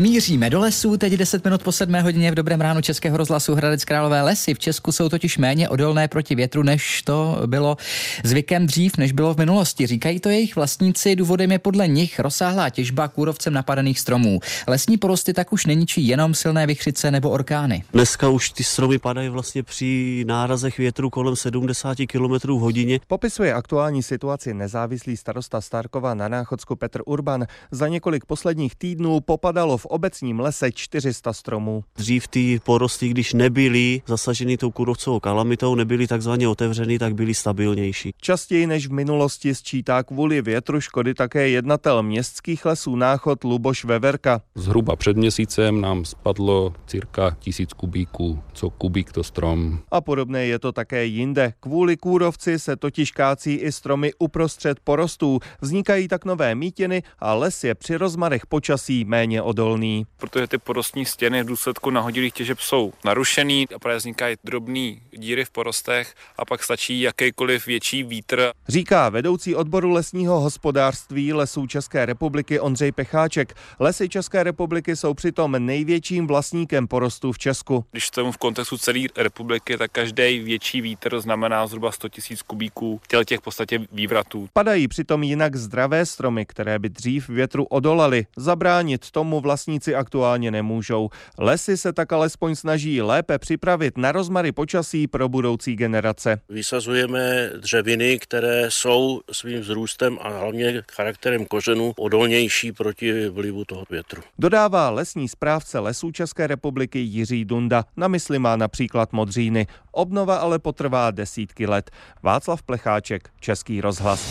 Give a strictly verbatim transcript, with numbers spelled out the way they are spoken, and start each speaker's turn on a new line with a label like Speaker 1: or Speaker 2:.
Speaker 1: Míříme do lesů, teď deset minut po sedmé hodině v Dobrém ránu Českého rozhlasu. Hradec Králové lesy v Česku jsou totiž méně odolné proti větru, než to bylo zvykem dřív, než bylo v minulosti. Říkají to jejich vlastníci, důvodem je podle nich rozsáhlá těžba kůrovcem napadených stromů. Lesní porosty tak už neničí jenom silné vichřice nebo orkány.
Speaker 2: Dneska už ty stromy padají vlastně při nárazech větru kolem sedmdesát kilometrů v hodině.
Speaker 3: Popisuje aktuální situaci nezávislý starosta Starkova na Náchodsku Petr Urban. Za několik posledních týdnů popadalo v obecním lese čtyři sta stromů.
Speaker 2: Dřív ty porosty, když nebyly zasaženy tou kůrovcovou kalamitou, nebyly takzvaně otevřeny, tak byly stabilnější.
Speaker 3: Častěji než v minulosti sčítá kvůli větru škody také jednatel městských lesů Náchod Luboš Veverka.
Speaker 4: Zhruba před měsícem nám spadlo cirka tisíc kubíků, co kubík to strom.
Speaker 3: A podobné je to také jinde. Kvůli kůrovci se totiž kácí i stromy uprostřed porostů. Vznikají tak nové mítiny a les je při rozmarech počasí méně odolný.
Speaker 5: Protože ty porostní stěny v důsledku nahodilých těžeb jsou narušený a právě vznikají drobné díry v porostech a pak stačí jakýkoliv větší vítr.
Speaker 3: Říká vedoucí odboru lesního hospodářství Lesů České republiky Ondřej Pecháček. Lesy České republiky jsou přitom největším vlastníkem porostů v Česku.
Speaker 5: Když tomu v kontextu celé republiky, tak každý větší vítr znamená zhruba sto tisíc kubíků těch v podstatě vývratů.
Speaker 3: Padají přitom jinak zdravé stromy, které by dřív větru odolaly. Zabránit tomu vlastníci aktuálně nemůžou. Lesy se tak alespoň snaží lépe připravit na rozmary počasí pro budoucí generace.
Speaker 6: Vysazujeme dřeviny, které jsou svým vzrůstem a hlavně charakterem kořenů odolnější proti vlivu toho větru.
Speaker 3: Dodává lesní správce Lesů České republiky Jiří Dunda. Na mysli má například modříny. Obnova ale potrvá desítky let. Václav Plecháček, Český rozhlas.